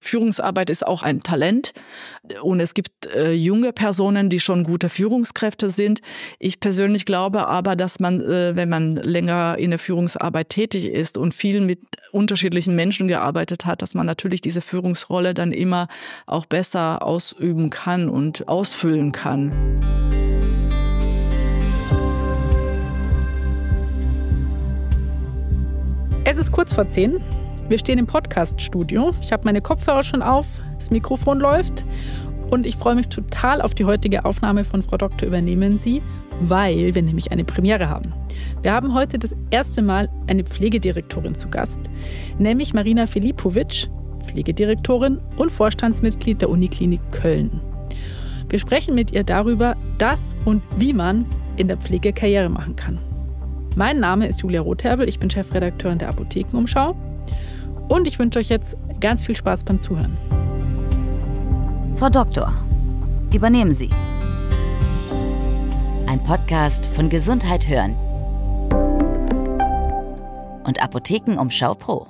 Führungsarbeit ist auch ein Talent und es gibt junge Personen, die schon gute Führungskräfte sind. Ich persönlich glaube aber, dass man, wenn man länger in der Führungsarbeit tätig ist und viel mit unterschiedlichen Menschen gearbeitet hat, dass man natürlich diese Führungsrolle dann immer auch besser ausüben kann und ausfüllen kann. Es ist kurz vor 10. Wir stehen im Podcast-Studio. Ich habe meine Kopfhörer schon auf, das Mikrofon läuft und ich freue mich total auf die heutige Aufnahme von Frau Dr. Übernehmen Sie, weil wir nämlich eine Premiere haben. Wir haben heute das erste Mal eine Pflegedirektorin zu Gast, nämlich Marina Filipovic, Pflegedirektorin und Vorstandsmitglied der Uniklinik Köln. Wir sprechen mit ihr darüber, dass und wie man in der Pflege Karriere machen kann. Mein Name ist Julia Rotherbel, ich bin Chefredakteurin der Apothekenumschau und ich wünsche euch jetzt ganz viel Spaß beim Zuhören. Frau Doktor, übernehmen Sie. Ein Podcast von Gesundheit hören und Apothekenumschau Pro.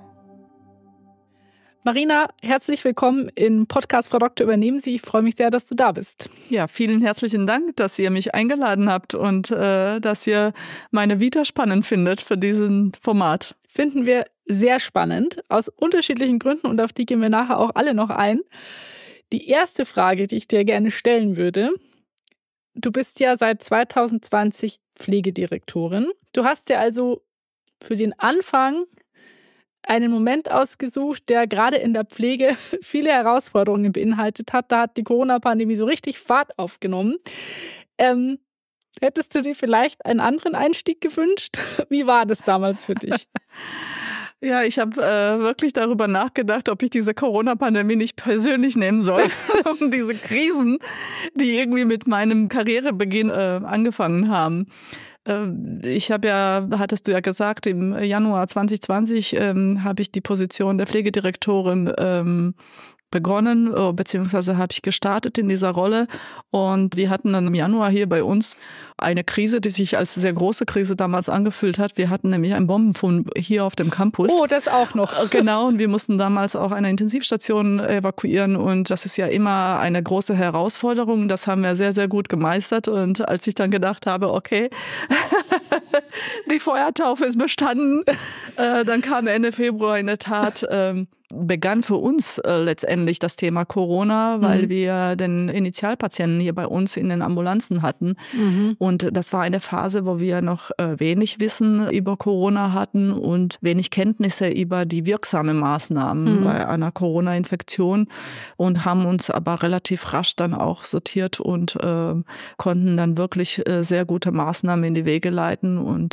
Marina, herzlich willkommen im Podcast Frau Doktor, übernehmen Sie. Ich freue mich sehr, dass du da bist. Ja, vielen herzlichen Dank, dass ihr mich eingeladen habt und dass ihr meine Vita spannend findet für diesen Format. Finden wir sehr spannend, aus unterschiedlichen Gründen und auf die gehen wir nachher auch alle noch ein. Die erste Frage, die ich dir gerne stellen würde, du bist ja seit 2020 Pflegedirektorin. Du hast dir also für den Anfang einen Moment ausgesucht, der gerade in der Pflege viele Herausforderungen beinhaltet hat. Da hat die Corona-Pandemie so richtig Fahrt aufgenommen. Hättest du dir vielleicht einen anderen Einstieg gewünscht? Wie war das damals für dich? Ja, ich habe wirklich darüber nachgedacht, ob ich diese Corona-Pandemie nicht persönlich nehmen soll. Und diese Krisen, die irgendwie mit meinem Karrierebeginn angefangen haben. Ich habe ja, hattest du ja gesagt, im Januar 2020 habe ich die Position der Pflegedirektorin begonnen, beziehungsweise habe ich gestartet in dieser Rolle. Und wir hatten dann im Januar hier bei uns eine Krise, die sich als sehr große Krise damals angefühlt hat. Wir hatten nämlich einen Bombenfund hier auf dem Campus. Oh, das auch noch. Genau, und wir mussten damals auch eine Intensivstation evakuieren. Und das ist ja immer eine große Herausforderung. Das haben wir sehr, sehr gut gemeistert. Und als ich dann gedacht habe, okay, die Feuertaufe ist bestanden, dann kam Ende Februar in der Tat begann für uns letztendlich das Thema Corona, weil wir den Initialpatienten hier bei uns in den Ambulanzen hatten. Und das war eine Phase, wo wir noch wenig Wissen über Corona hatten und wenig Kenntnisse über die wirksamen Maßnahmen bei einer Corona-Infektion und haben uns aber relativ rasch dann auch sortiert und konnten dann wirklich sehr gute Maßnahmen in die Wege leiten und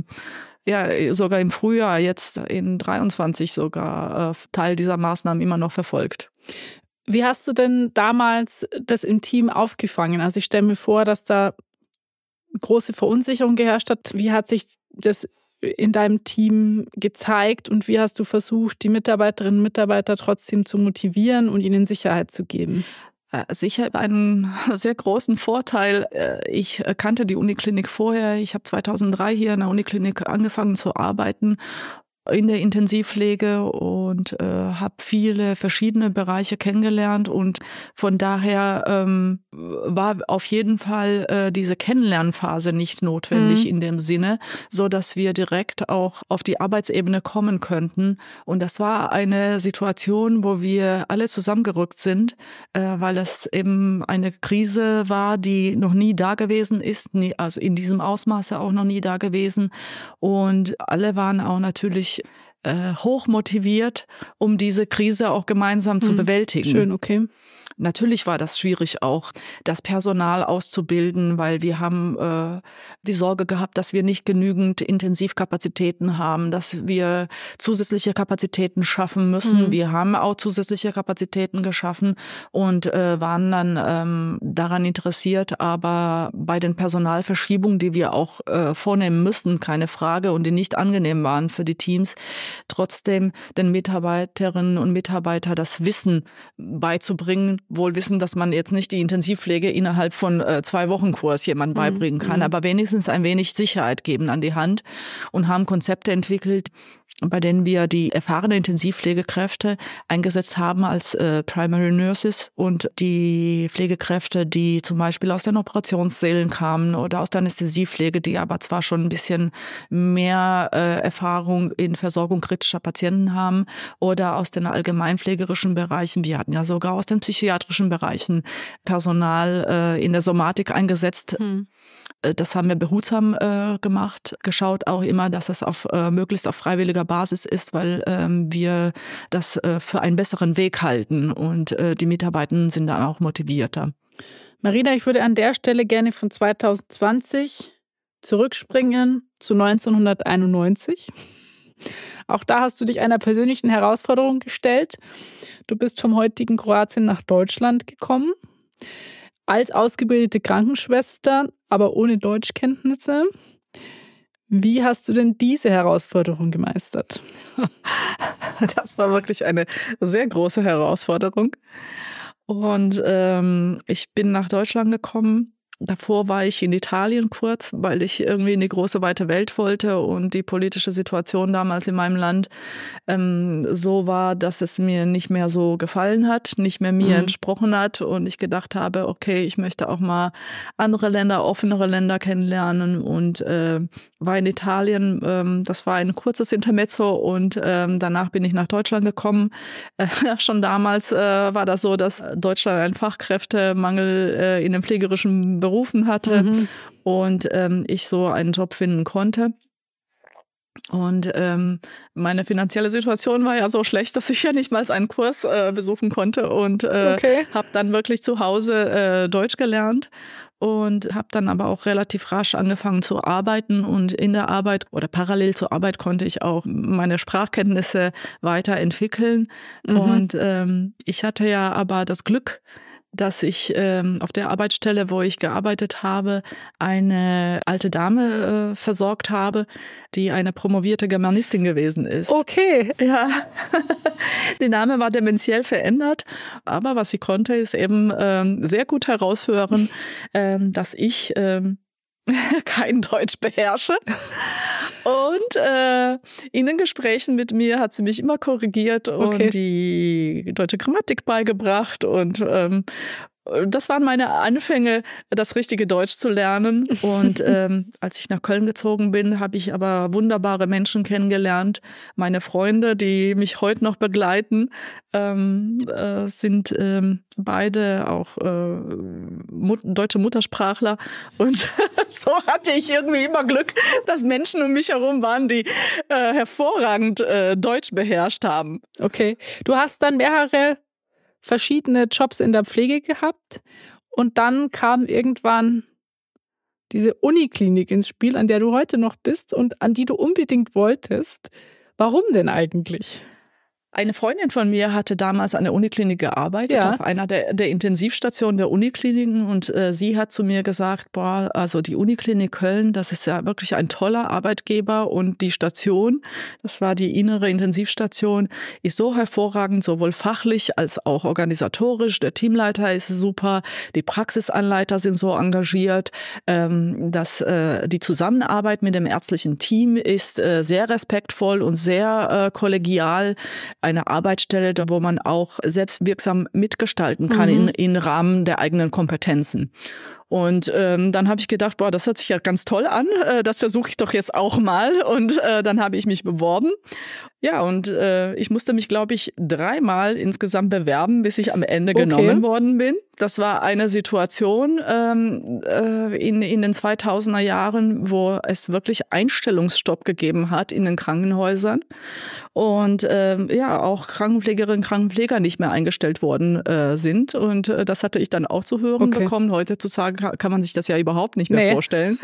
ja, sogar im Frühjahr, jetzt in 23 sogar, Teil dieser Maßnahmen immer noch verfolgt. Wie hast du denn damals das im Team aufgefangen? Also ich stelle mir vor, dass da große Verunsicherung geherrscht hat. Wie hat sich das in deinem Team gezeigt und wie hast du versucht, die Mitarbeiterinnen und Mitarbeiter trotzdem zu motivieren und ihnen Sicherheit zu geben? Also ich habe einen sehr großen Vorteil. Ich kannte die Uniklinik vorher. Ich habe 2003 hier in der Uniklinik angefangen zu arbeiten in der Intensivpflege und habe viele verschiedene Bereiche kennengelernt und von daher war auf jeden Fall diese Kennenlernphase nicht notwendig in dem Sinne, so dass wir direkt auch auf die Arbeitsebene kommen könnten und das war eine Situation, wo wir alle zusammengerückt sind, weil es eben eine Krise war, die noch nie da gewesen ist, also in diesem Ausmaße auch noch nie da gewesen und alle waren auch natürlich hoch motiviert, um diese Krise auch gemeinsam zu bewältigen. Schön, okay. Natürlich war das schwierig auch, das Personal auszubilden, weil wir haben die Sorge gehabt, dass wir nicht genügend Intensivkapazitäten haben, dass wir zusätzliche Kapazitäten schaffen müssen. Wir haben auch zusätzliche Kapazitäten geschaffen und waren dann daran interessiert, aber bei den Personalverschiebungen, die wir auch vornehmen müssten, keine Frage, und die nicht angenehm waren für die Teams, trotzdem den Mitarbeiterinnen und Mitarbeitern das Wissen beizubringen, wohl wissen, dass man jetzt nicht die Intensivpflege innerhalb von 2 Wochen Kurs jemandem beibringen kann, aber wenigstens ein wenig Sicherheit geben an die Hand und haben Konzepte entwickelt, bei denen wir die erfahrenen Intensivpflegekräfte eingesetzt haben als Primary Nurses und die Pflegekräfte, die zum Beispiel aus den Operationssälen kamen oder aus der Anästhesiepflege, die aber zwar schon ein bisschen mehr Erfahrung in Versorgung kritischer Patienten haben oder aus den allgemeinpflegerischen Bereichen. Wir hatten ja sogar aus den psychiatrischen Bereichen Personal in der Somatik eingesetzt. Das haben wir behutsam gemacht, geschaut auch immer, dass es möglichst auf freiwilliger Basis ist, weil wir das für einen besseren Weg halten und die Mitarbeitenden sind dann auch motivierter. Marina, ich würde an der Stelle gerne von 2020 zurückspringen zu 1991. Auch da hast du dich einer persönlichen Herausforderung gestellt. Du bist vom heutigen Kroatien nach Deutschland gekommen, als ausgebildete Krankenschwester, aber ohne Deutschkenntnisse. Wie hast du denn diese Herausforderung gemeistert? Das war wirklich eine sehr große Herausforderung. Und ich bin nach Deutschland gekommen. Davor war ich in Italien kurz, weil ich irgendwie in die große weite Welt wollte und die politische Situation damals in meinem Land so war, dass es mir nicht mehr so gefallen hat, nicht mehr mir entsprochen hat und ich gedacht habe, okay, ich möchte auch mal andere Länder, offenere Länder kennenlernen und war in Italien. Das war ein kurzes Intermezzo und danach bin ich nach Deutschland gekommen. Schon damals war das so, dass Deutschland einen Fachkräftemangel in den pflegerischen Berufen hatte und ich so einen Job finden konnte. Und meine finanzielle Situation war ja so schlecht, dass ich ja nicht mal einen Kurs besuchen konnte und habe dann wirklich zu Hause Deutsch gelernt und habe dann aber auch relativ rasch angefangen zu arbeiten und in der Arbeit oder parallel zur Arbeit konnte ich auch meine Sprachkenntnisse weiterentwickeln. Und ich hatte ja aber das Glück, dass ich auf der Arbeitsstelle, wo ich gearbeitet habe, eine alte Dame versorgt habe, die eine promovierte Germanistin gewesen ist. Okay. Ja, die Dame war dementiell verändert, aber was sie konnte, ist eben sehr gut heraushören, dass ich kein Deutsch beherrsche. Und in den Gesprächen mit mir hat sie mich immer korrigiert und die deutsche Grammatik beigebracht. Und das waren meine Anfänge, das richtige Deutsch zu lernen. Und als ich nach Köln gezogen bin, habe ich aber wunderbare Menschen kennengelernt. Meine Freunde, die mich heute noch begleiten, sind beide auch deutsche Muttersprachler. Und so hatte ich irgendwie immer Glück, dass Menschen um mich herum waren, die hervorragend Deutsch beherrscht haben. Okay. Du hast dann mehrere verschiedene Jobs in der Pflege gehabt und dann kam irgendwann diese Uniklinik ins Spiel, an der du heute noch bist und an die du unbedingt wolltest. Warum denn eigentlich? Eine Freundin von mir hatte damals an der Uniklinik gearbeitet, auf einer der Intensivstationen der Unikliniken und sie hat zu mir gesagt, boah, also die Uniklinik Köln, das ist ja wirklich ein toller Arbeitgeber und die Station, das war die innere Intensivstation, ist so hervorragend, sowohl fachlich als auch organisatorisch. Der Teamleiter ist super, die Praxisanleiter sind so engagiert, dass die Zusammenarbeit mit dem ärztlichen Team ist sehr respektvoll und sehr kollegial. Eine Arbeitsstelle, wo man auch selbstwirksam mitgestalten kann im Rahmen der eigenen Kompetenzen. Und dann habe ich gedacht, boah, das hört sich ja ganz toll an, das versuche ich doch jetzt auch mal. Und dann habe ich mich beworben. Ja, und ich musste mich, glaube ich, 3-mal insgesamt bewerben, bis ich am Ende genommen worden bin. Das war eine Situation in den 2000er Jahren, wo es wirklich Einstellungsstopp gegeben hat in den Krankenhäusern. Und auch Krankenpflegerinnen und Krankenpfleger nicht mehr eingestellt worden sind. Und das hatte ich dann auch zu hören bekommen. Heutzutage kann man sich das ja überhaupt nicht mehr vorstellen.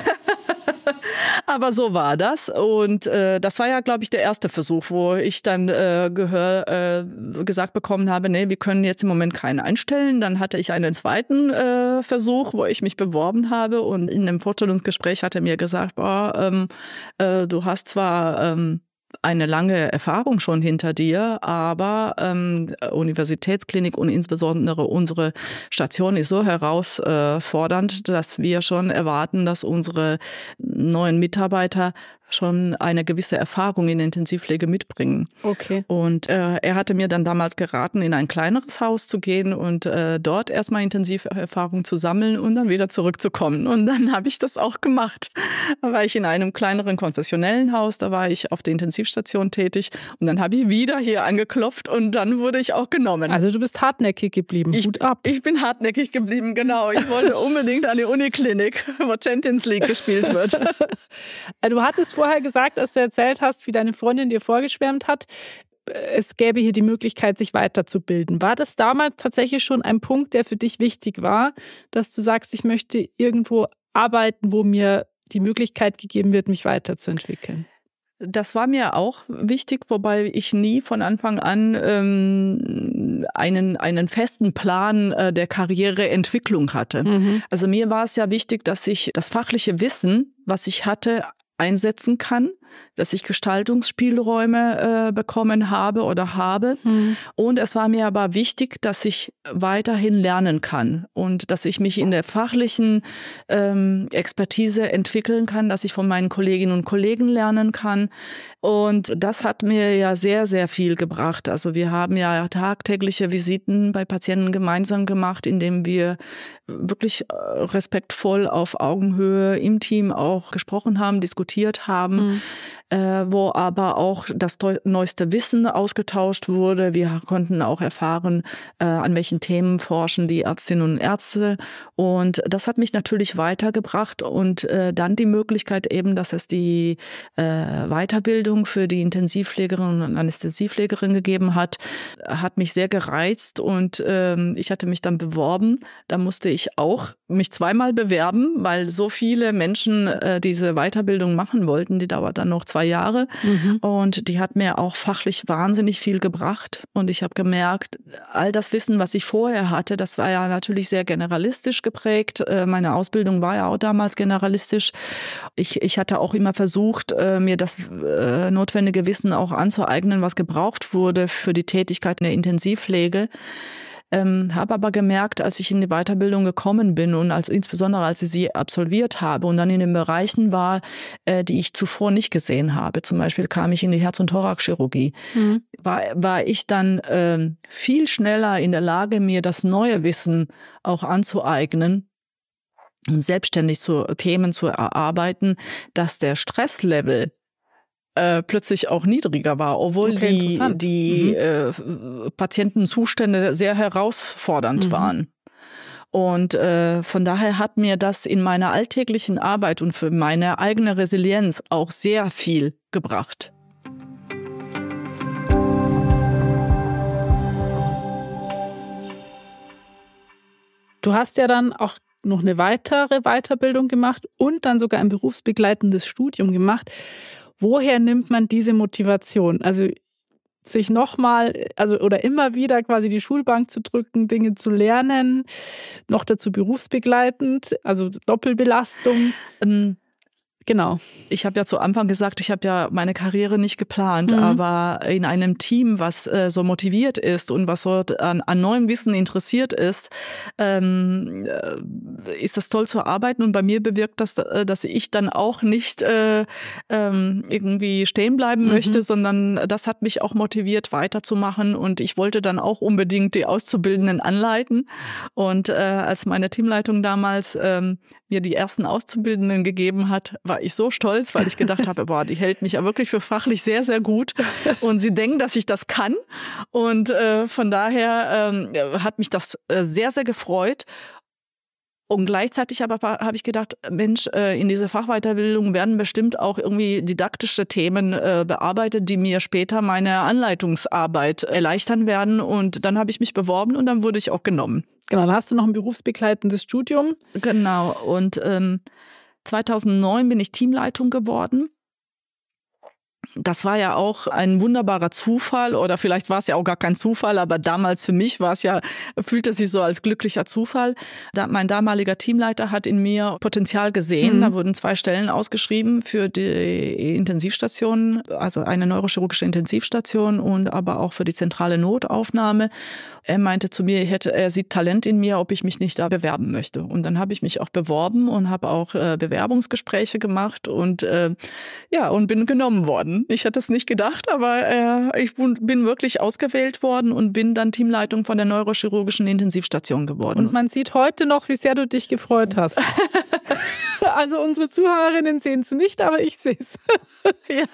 Aber so war das. Und das war ja, glaube ich, der erste Versuch, wo ich dann gesagt bekommen habe, nee, wir können jetzt im Moment keinen einstellen. Dann hatte ich einen zweiten Versuch, wo ich mich beworben habe. Und in einem Vorstellungsgespräch hat er mir gesagt, boah, du hast zwar eine lange Erfahrung schon hinter dir, aber Universitätsklinik und insbesondere unsere Station ist so herausfordernd, dass wir schon erwarten, dass unsere neuen Mitarbeiter schon eine gewisse Erfahrung in Intensivpflege mitbringen. Okay. Und er hatte mir dann damals geraten, in ein kleineres Haus zu gehen und dort erstmal Intensiverfahrung zu sammeln und dann wieder zurückzukommen. Und dann habe ich das auch gemacht. Da war ich in einem kleineren konfessionellen Haus, da war ich auf der Intensivstation tätig und dann habe ich wieder hier angeklopft und dann wurde ich auch genommen. Also du bist hartnäckig geblieben. Hut ab. Ich bin hartnäckig geblieben, genau. Ich wollte unbedingt an die Uniklinik, wo Champions League gespielt wird. Du hattest vorher gesagt, als du erzählt hast, wie deine Freundin dir vorgeschwärmt hat, es gäbe hier die Möglichkeit, sich weiterzubilden. War das damals tatsächlich schon ein Punkt, der für dich wichtig war, dass du sagst, ich möchte irgendwo arbeiten, wo mir die Möglichkeit gegeben wird, mich weiterzuentwickeln? Das war mir auch wichtig, wobei ich nie von Anfang an einen festen Plan der Karriereentwicklung hatte. Mhm. Also mir war es ja wichtig, dass ich das fachliche Wissen, was ich hatte, einsetzen kann, dass ich Gestaltungsspielräume bekommen habe oder habe. Und es war mir aber wichtig, dass ich weiterhin lernen kann und dass ich mich in der fachlichen Expertise entwickeln kann, dass ich von meinen Kolleginnen und Kollegen lernen kann. Und das hat mir ja sehr, sehr viel gebracht. Also wir haben ja tagtägliche Visiten bei Patienten gemeinsam gemacht, indem wir wirklich respektvoll auf Augenhöhe im Team auch gesprochen haben, diskutiert haben. Wo aber auch das neueste Wissen ausgetauscht wurde. Wir konnten auch erfahren, an welchen Themen forschen die Ärztinnen und Ärzte. Und das hat mich natürlich weitergebracht. Und dann die Möglichkeit eben, dass es die Weiterbildung für die Intensivpflegerin und Anästhesiepflegerin gegeben hat, hat mich sehr gereizt. Und ich hatte mich dann beworben. Da musste ich auch mich zweimal bewerben, weil so viele Menschen diese Weiterbildung machen wollten. Die dauert dann noch 2 Jahre. Und die hat mir auch fachlich wahnsinnig viel gebracht. Und ich habe gemerkt, all das Wissen, was ich vorher hatte, das war ja natürlich sehr generalistisch geprägt. Meine Ausbildung war ja auch damals generalistisch. Ich hatte auch immer versucht, mir das notwendige Wissen auch anzueignen, was gebraucht wurde für die Tätigkeit in der Intensivpflege. Habe aber gemerkt, als ich in die Weiterbildung gekommen bin und insbesondere als ich sie absolviert habe und dann in den Bereichen war, die ich zuvor nicht gesehen habe. Zum Beispiel kam ich in die Herz- und Thoraxchirurgie. War ich dann viel schneller in der Lage, mir das neue Wissen auch anzueignen und selbstständig Themen zu erarbeiten, dass der Stresslevel plötzlich auch niedriger war, obwohl die Patientenzustände sehr herausfordernd waren. Und von daher hat mir das in meiner alltäglichen Arbeit und für meine eigene Resilienz auch sehr viel gebracht. Du hast ja dann auch noch eine weitere Weiterbildung gemacht und dann sogar ein berufsbegleitendes Studium gemacht. Woher nimmt man diese Motivation? Also sich nochmal, oder immer wieder quasi die Schulbank zu drücken, Dinge zu lernen, noch dazu berufsbegleitend, also Doppelbelastung. Genau. Ich habe ja zu Anfang gesagt, ich habe ja meine Karriere nicht geplant, aber in einem Team, was so motiviert ist und was so an neuem Wissen interessiert ist das toll zu arbeiten. Und bei mir bewirkt das, dass ich dann auch nicht irgendwie stehen bleiben möchte, sondern das hat mich auch motiviert, weiterzumachen. Und ich wollte dann auch unbedingt die Auszubildenden anleiten. Und als meine Teamleitung damals mir die ersten Auszubildenden gegeben hat, war ich so stolz, weil ich gedacht habe, boah, die hält mich ja wirklich für fachlich sehr, sehr gut und sie denken, dass ich das kann und von daher hat mich das sehr, sehr gefreut. Und gleichzeitig aber habe ich gedacht, Mensch, in dieser Fachweiterbildung werden bestimmt auch irgendwie didaktische Themen bearbeitet, die mir später meine Anleitungsarbeit erleichtern werden. Und dann habe ich mich beworben und dann wurde ich auch genommen. Genau, dann hast du noch ein berufsbegleitendes Studium. Genau, und 2009 bin ich Teamleitung geworden. das war ja auch ein wunderbarer Zufall oder vielleicht war es ja auch gar kein Zufall, aber damals für mich fühlte es sich so als glücklicher Zufall. Mein damaliger Teamleiter hat in mir Potenzial gesehen. Da wurden 2 Stellen ausgeschrieben für die Intensivstation, also eine neurochirurgische Intensivstation und aber auch für die zentrale Notaufnahme. Er meinte zu mir, er sieht Talent in mir, ob ich mich nicht da bewerben möchte. Und dann habe ich mich auch beworben und habe auch Bewerbungsgespräche gemacht und bin genommen worden. Ich hätte es nicht gedacht, aber ich bin wirklich ausgewählt worden und bin dann Teamleitung von der neurochirurgischen Intensivstation geworden. Und man sieht heute noch, wie sehr du dich gefreut hast. Also unsere Zuhörerinnen sehen es nicht, aber ich sehe es. Ja.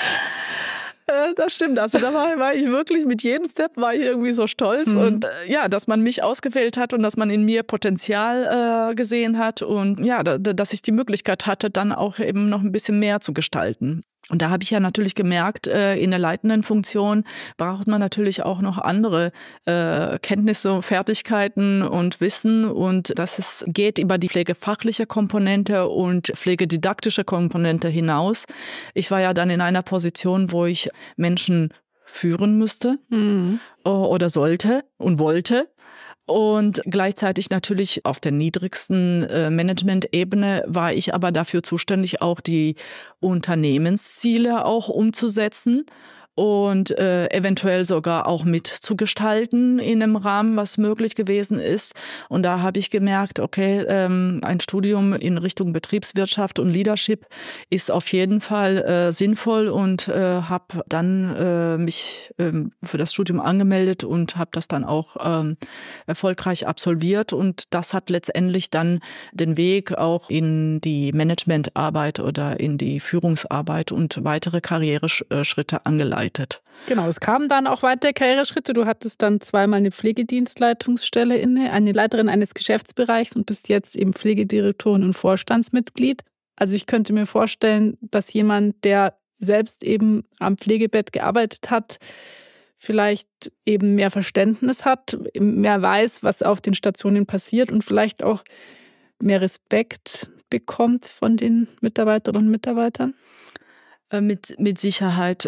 Das stimmt. Also da war ich wirklich mit jedem Step war ich irgendwie so stolz und dass man mich ausgewählt hat und dass man in mir Potenzial gesehen hat und dass ich die Möglichkeit hatte, dann auch eben noch ein bisschen mehr zu gestalten. Und da habe ich ja natürlich gemerkt, in der leitenden Funktion braucht man natürlich auch noch andere Kenntnisse, Fertigkeiten und Wissen. Und das geht über die pflegefachliche Komponente und pflegedidaktische Komponente hinaus. Ich war ja dann in einer Position, wo ich Menschen führen müsste oder sollte und wollte. Und gleichzeitig natürlich auf der niedrigsten Management-Ebene war ich aber dafür zuständig, auch die Unternehmensziele auch umzusetzen und eventuell sogar auch mitzugestalten in einem Rahmen, was möglich gewesen ist. Und da habe ich gemerkt, okay, ein Studium in Richtung Betriebswirtschaft und Leadership ist auf jeden Fall sinnvoll und habe dann mich für das Studium angemeldet und habe das dann auch erfolgreich absolviert. Und das hat letztendlich dann den Weg auch in die Managementarbeit oder in die Führungsarbeit und weitere Karriereschritte angeleitet. Genau, es kamen dann auch weitere Karriereschritte. Du hattest dann 2-mal eine Pflegedienstleitungsstelle inne, eine Leiterin eines Geschäftsbereichs und bist jetzt eben Pflegedirektorin und Vorstandsmitglied. Also ich könnte mir vorstellen, dass jemand, der selbst eben am Pflegebett gearbeitet hat, vielleicht eben mehr Verständnis hat, mehr weiß, was auf den Stationen passiert und vielleicht auch mehr Respekt bekommt von den Mitarbeiterinnen und Mitarbeitern? Mit Sicherheit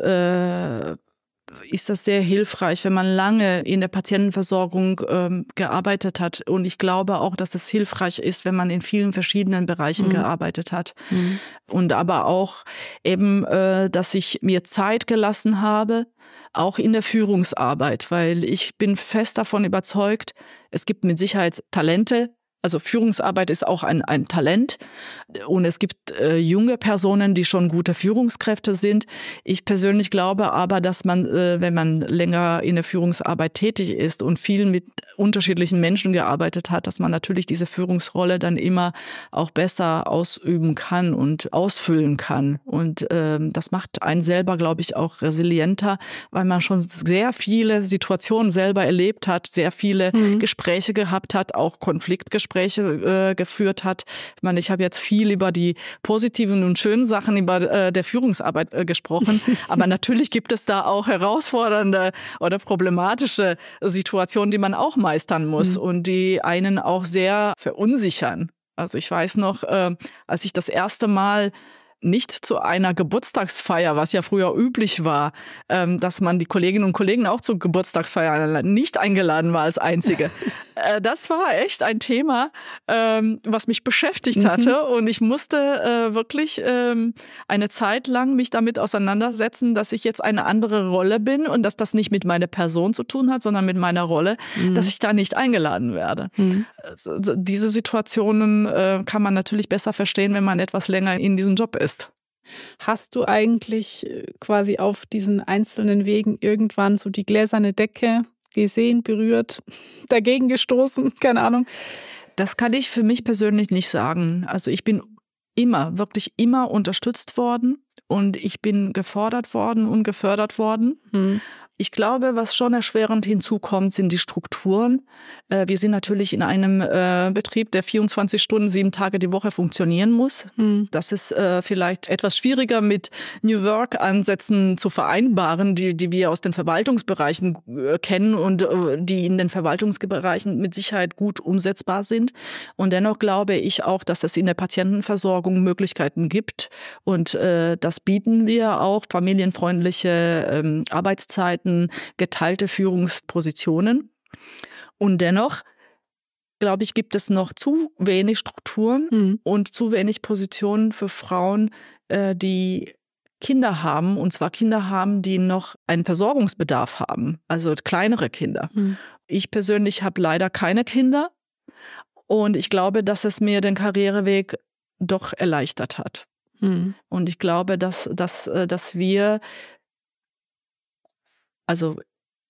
ist das sehr hilfreich, wenn man lange in der Patientenversorgung gearbeitet hat. Und ich glaube auch, dass es hilfreich ist, wenn man in vielen verschiedenen Bereichen gearbeitet hat. Und aber auch eben, dass ich mir Zeit gelassen habe, auch in der Führungsarbeit, weil ich bin fest davon überzeugt, es gibt mit Sicherheit Talente. Also Führungsarbeit ist auch ein Talent und es gibt junge Personen, die schon gute Führungskräfte sind. Ich persönlich glaube aber, dass man, wenn man länger in der Führungsarbeit tätig ist und viel mit unterschiedlichen Menschen gearbeitet hat, dass man natürlich diese Führungsrolle dann immer auch besser ausüben kann und ausfüllen kann. Und das macht einen selber, glaube ich, auch resilienter, weil man schon sehr viele Situationen selber erlebt hat, sehr viele Gespräche gehabt hat, auch Konfliktgespräche geführt hat. Ich habe jetzt viel über die positiven und schönen Sachen über der Führungsarbeit gesprochen, aber natürlich gibt es da auch herausfordernde oder problematische Situationen, die man auch meistern muss und die einen auch sehr verunsichern. Also ich weiß noch, als ich das erste Mal nicht zu einer Geburtstagsfeier, was ja früher üblich war, dass man die Kolleginnen und Kollegen auch zur Geburtstagsfeier nicht eingeladen war als Einzige. Das war echt ein Thema, was mich beschäftigt hatte und ich musste wirklich eine Zeit lang mich damit auseinandersetzen, dass ich jetzt eine andere Rolle bin und dass das nicht mit meiner Person zu tun hat, sondern mit meiner Rolle, dass ich da nicht eingeladen werde. Also, diese Situationen kann man natürlich besser verstehen, wenn man etwas länger in diesem Job ist. Hast du eigentlich quasi auf diesen einzelnen Wegen irgendwann so die gläserne Decke gesehen, berührt, dagegen gestoßen? Keine Ahnung. Das kann ich für mich persönlich nicht sagen. Also ich bin wirklich immer unterstützt worden und ich bin gefordert worden und gefördert worden. Ich glaube, was schon erschwerend hinzukommt, sind die Strukturen. Wir sind natürlich in einem Betrieb, der 24 Stunden, 7 Tage die Woche funktionieren muss. Das ist vielleicht etwas schwieriger mit New Work-Ansätzen zu vereinbaren, die wir aus den Verwaltungsbereichen kennen und die in den Verwaltungsbereichen mit Sicherheit gut umsetzbar sind. Und dennoch glaube ich auch, dass es in der Patientenversorgung Möglichkeiten gibt. Und das bieten wir auch, familienfreundliche Arbeitszeiten, geteilte Führungspositionen. Und dennoch, glaube ich, gibt es noch zu wenig Strukturen und zu wenig Positionen für Frauen, die Kinder haben. Und zwar Kinder haben, die noch einen Versorgungsbedarf haben, also kleinere Kinder. Ich persönlich habe leider keine Kinder. Und ich glaube, dass es mir den Karriereweg doch erleichtert hat. Und ich glaube, dass wir, also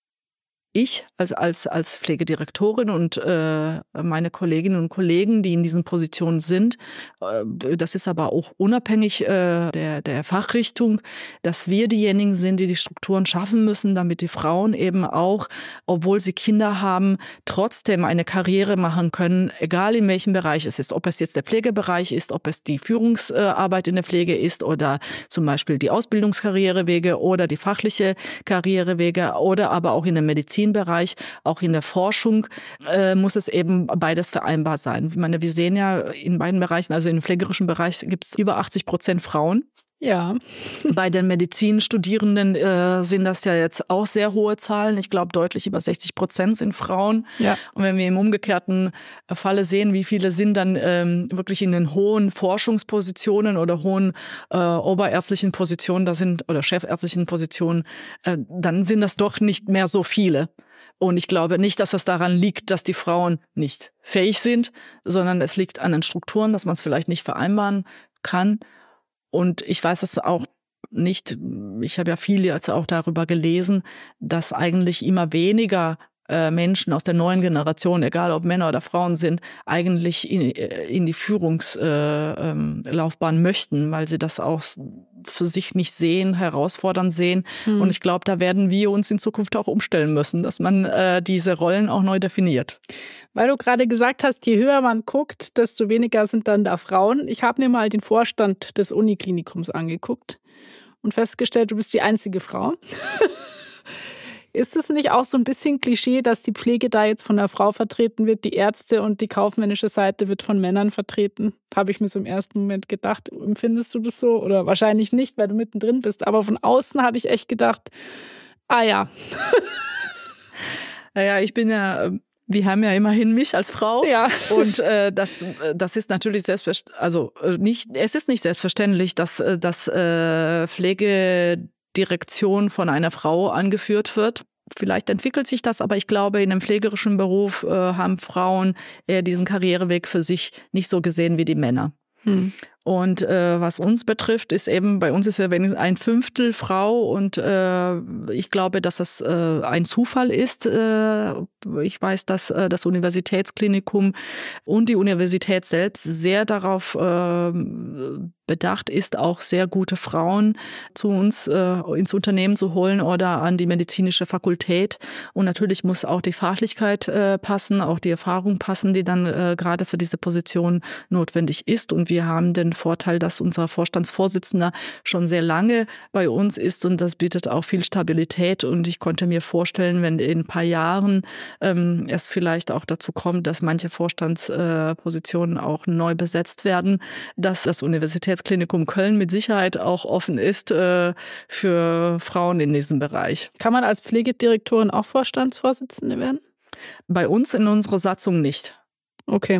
ich als Pflegedirektorin und meine Kolleginnen und Kollegen, die in diesen Positionen sind, das ist aber auch unabhängig der Fachrichtung, dass wir diejenigen sind, die Strukturen schaffen müssen, damit die Frauen eben auch, obwohl sie Kinder haben, trotzdem eine Karriere machen können, egal in welchem Bereich es ist. Ob es jetzt der Pflegebereich ist, ob es die Führungsarbeit in der Pflege ist oder zum Beispiel die Ausbildungskarrierewege oder die fachliche Karrierewege oder aber auch in der Medizinbereich, auch in der Forschung muss es eben beides vereinbar sein. Ich meine, wir sehen ja in beiden Bereichen, also im pflegerischen Bereich gibt es über 80% Frauen. Ja. Bei den Medizinstudierenden sind das ja jetzt auch sehr hohe Zahlen. Ich glaube, deutlich über 60% sind Frauen. Ja. Und wenn wir im umgekehrten Falle sehen, wie viele sind dann wirklich in den hohen Forschungspositionen oder hohen oberärztlichen Positionen oder chefärztlichen Positionen, dann sind das doch nicht mehr so viele. Und ich glaube nicht, dass das daran liegt, dass die Frauen nicht fähig sind, sondern es liegt an den Strukturen, dass man es vielleicht nicht vereinbaren kann. Und ich weiß das auch nicht, ich habe ja viel jetzt auch darüber gelesen, dass eigentlich immer weniger Menschen aus der neuen Generation, egal ob Männer oder Frauen sind, eigentlich in die Führungslaufbahn möchten, weil sie das auch für sich nicht sehen, herausfordernd sehen. Und ich glaube, da werden wir uns in Zukunft auch umstellen müssen, dass man diese Rollen auch neu definiert. Weil du gerade gesagt hast, je höher man guckt, desto weniger sind dann da Frauen. Ich habe mir mal den Vorstand des Uniklinikums angeguckt und festgestellt, du bist die einzige Frau. Ist es nicht auch so ein bisschen Klischee, dass die Pflege da jetzt von einer Frau vertreten wird, die Ärzte und die kaufmännische Seite wird von Männern vertreten? Habe ich mir so im ersten Moment gedacht. Empfindest du das so? Oder wahrscheinlich nicht, weil du mittendrin bist. Aber von außen habe ich echt gedacht, ah ja. Naja, wir haben ja immerhin mich als Frau. Ja. Und das ist natürlich es ist nicht selbstverständlich, dass Pflegedirektion von einer Frau angeführt wird. Vielleicht entwickelt sich das, aber ich glaube, in einem pflegerischen Beruf haben Frauen eher diesen Karriereweg für sich nicht so gesehen wie die Männer. Und was uns betrifft, ist eben, bei uns ist ja wenigstens 1/5 Frau und ich glaube, dass das ein Zufall ist. Ich weiß, dass das Universitätsklinikum und die Universität selbst sehr darauf bedacht ist, auch sehr gute Frauen zu uns ins Unternehmen zu holen oder an die medizinische Fakultät. Und natürlich muss auch die Fachlichkeit passen, auch die Erfahrung passen, die dann gerade für diese Position notwendig ist. Und wir haben den Vorteil, dass unser Vorstandsvorsitzender schon sehr lange bei uns ist und das bietet auch viel Stabilität. Und ich konnte mir vorstellen, wenn in ein paar Jahren es vielleicht auch dazu kommt, dass manche Vorstandspositionen auch neu besetzt werden, dass das Universitätsklinikum Köln mit Sicherheit auch offen ist für Frauen in diesem Bereich. Kann man als Pflegedirektorin auch Vorstandsvorsitzende werden? Bei uns in unserer Satzung nicht. Okay.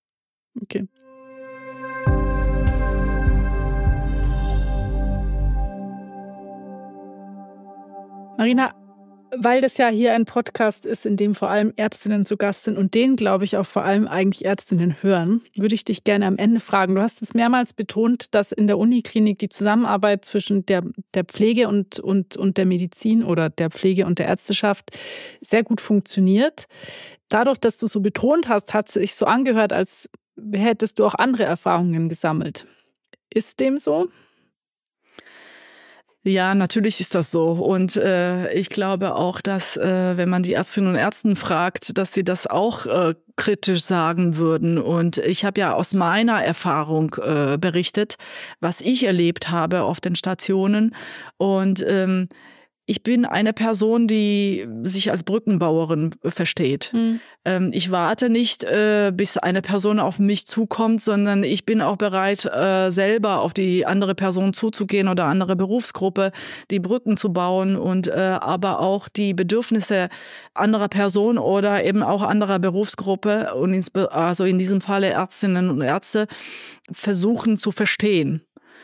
Marina, weil das ja hier ein Podcast ist, in dem vor allem Ärztinnen zu Gast sind und den, glaube ich, auch vor allem eigentlich Ärztinnen hören, würde ich dich gerne am Ende fragen. Du hast es mehrmals betont, dass in der Uniklinik die Zusammenarbeit zwischen der Pflege und der Medizin oder der Pflege und der Ärzteschaft sehr gut funktioniert. Dadurch, dass du so betont hast, hat es sich so angehört, als hättest du auch andere Erfahrungen gesammelt. Ist dem so? Ja, natürlich ist das so. Und ich glaube auch, dass wenn man die Ärztinnen und Ärzte fragt, dass sie das auch kritisch sagen würden. Und ich habe ja aus meiner Erfahrung berichtet, was ich erlebt habe auf den Stationen. Und ich bin eine Person, die sich als Brückenbauerin versteht. Ich warte nicht, bis eine Person auf mich zukommt, sondern ich bin auch bereit, selber auf die andere Person zuzugehen oder andere Berufsgruppe, die Brücken zu bauen und aber auch die Bedürfnisse anderer Person oder eben auch anderer Berufsgruppe und also in diesem Falle Ärztinnen und Ärzte versuchen zu verstehen.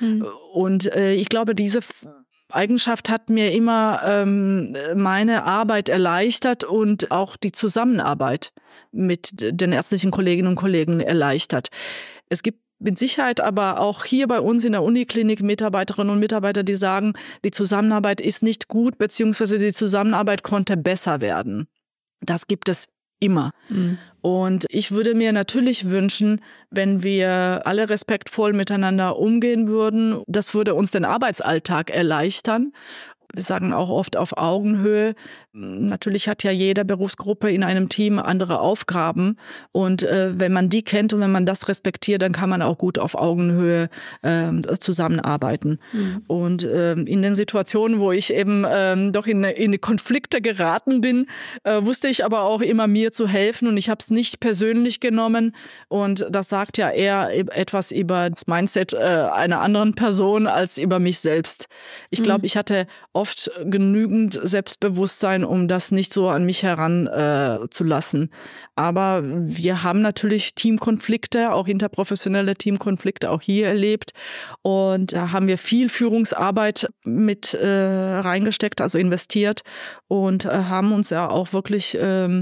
Und ich glaube, diese Eigenschaft hat mir immer meine Arbeit erleichtert und auch die Zusammenarbeit mit den ärztlichen Kolleginnen und Kollegen erleichtert. Es gibt mit Sicherheit aber auch hier bei uns in der Uniklinik Mitarbeiterinnen und Mitarbeiter, die sagen, die Zusammenarbeit ist nicht gut, beziehungsweise die Zusammenarbeit konnte besser werden. Das gibt es immer. Und ich würde mir natürlich wünschen, wenn wir alle respektvoll miteinander umgehen würden. Das würde uns den Arbeitsalltag erleichtern. Wir sagen auch oft auf Augenhöhe. Natürlich hat ja jede Berufsgruppe in einem Team andere Aufgaben. Und wenn man die kennt und wenn man das respektiert, dann kann man auch gut auf Augenhöhe zusammenarbeiten. Und in den Situationen, wo ich eben doch in Konflikte geraten bin, wusste ich aber auch immer, mir zu helfen. Und ich habe es nicht persönlich genommen. Und das sagt ja eher etwas über das Mindset einer anderen Person als über mich selbst. Ich glaube, ich hatte oft genügend Selbstbewusstsein, um das nicht so an mich heranzulassen. Aber wir haben natürlich Teamkonflikte, auch interprofessionelle Teamkonflikte auch hier erlebt. Und da haben wir viel Führungsarbeit mit reingesteckt, also investiert und haben uns ja auch wirklich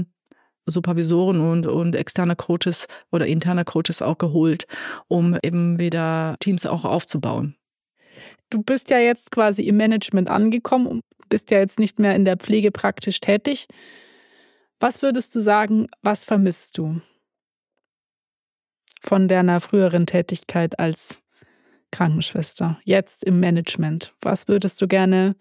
Supervisoren und externe Coaches oder interne Coaches auch geholt, um eben wieder Teams auch aufzubauen. Du bist ja jetzt quasi im Management angekommen und bist ja jetzt nicht mehr in der Pflege praktisch tätig. Was würdest du sagen, was vermisst du von deiner früheren Tätigkeit als Krankenschwester, jetzt im Management? Was würdest du gerne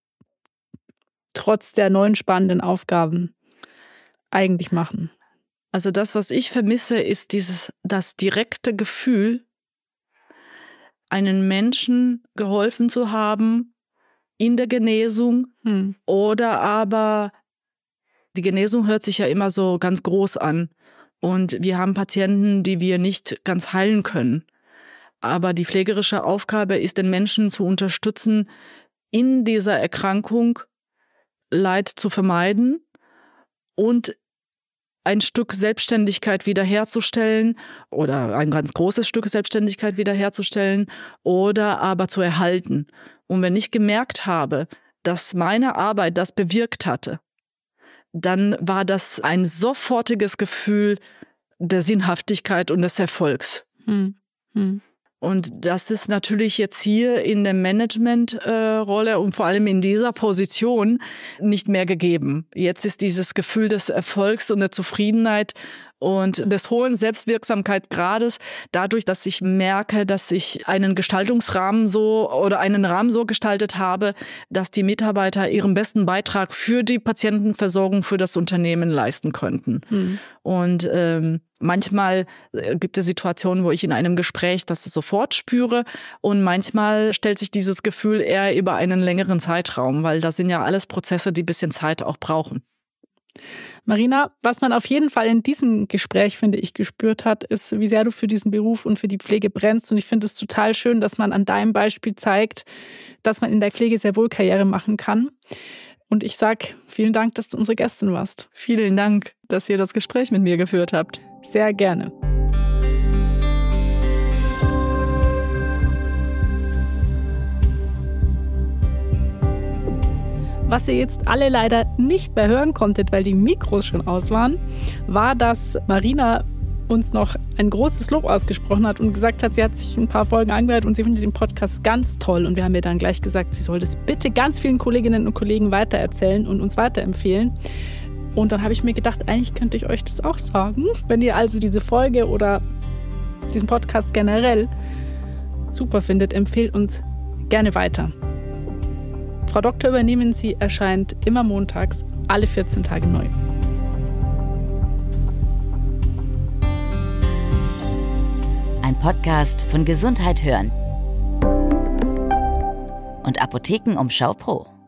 trotz der neuen spannenden Aufgaben eigentlich machen? Also das, was ich vermisse, ist das direkte Gefühl, einen Menschen geholfen zu haben in der Genesung oder aber die Genesung hört sich ja immer so ganz groß an und wir haben Patienten, die wir nicht ganz heilen können. Aber die pflegerische Aufgabe ist, den Menschen zu unterstützen, in dieser Erkrankung Leid zu vermeiden und ein Stück Selbstständigkeit wiederherzustellen oder ein ganz großes Stück Selbstständigkeit wiederherzustellen oder aber zu erhalten. Und wenn ich gemerkt habe, dass meine Arbeit das bewirkt hatte, dann war das ein sofortiges Gefühl der Sinnhaftigkeit und des Erfolgs. Und das ist natürlich jetzt hier in der Managementrolle und vor allem in dieser Position nicht mehr gegeben. Jetzt ist dieses Gefühl des Erfolgs und der Zufriedenheit und des hohen Selbstwirksamkeitsgrades dadurch, dass ich merke, dass ich einen Gestaltungsrahmen einen Rahmen so gestaltet habe, dass die Mitarbeiter ihren besten Beitrag für die Patientenversorgung für das Unternehmen leisten könnten. Und manchmal gibt es Situationen, wo ich in einem Gespräch das sofort spüre und manchmal stellt sich dieses Gefühl eher über einen längeren Zeitraum, weil das sind ja alles Prozesse, die ein bisschen Zeit auch brauchen. Marina, was man auf jeden Fall in diesem Gespräch, finde ich, gespürt hat, ist, wie sehr du für diesen Beruf und für die Pflege brennst. Und ich finde es total schön, dass man an deinem Beispiel zeigt, dass man in der Pflege sehr wohl Karriere machen kann. Und ich sage vielen Dank, dass du unsere Gästin warst. Vielen Dank, dass ihr das Gespräch mit mir geführt habt. Sehr gerne. Was ihr jetzt alle leider nicht mehr hören konntet, weil die Mikros schon aus waren, war, dass Marina uns noch ein großes Lob ausgesprochen hat und gesagt hat, sie hat sich ein paar Folgen angehört und sie findet den Podcast ganz toll. Und wir haben ihr dann gleich gesagt, sie soll das bitte ganz vielen Kolleginnen und Kollegen weitererzählen und uns weiterempfehlen. Und dann habe ich mir gedacht, eigentlich könnte ich euch das auch sagen. Wenn ihr also diese Folge oder diesen Podcast generell super findet, empfehlt uns gerne weiter. Frau Doktor, übernehmen Sie erscheint immer montags, alle 14 Tage neu. Ein Podcast von Gesundheit hören und Apothekenumschau Pro.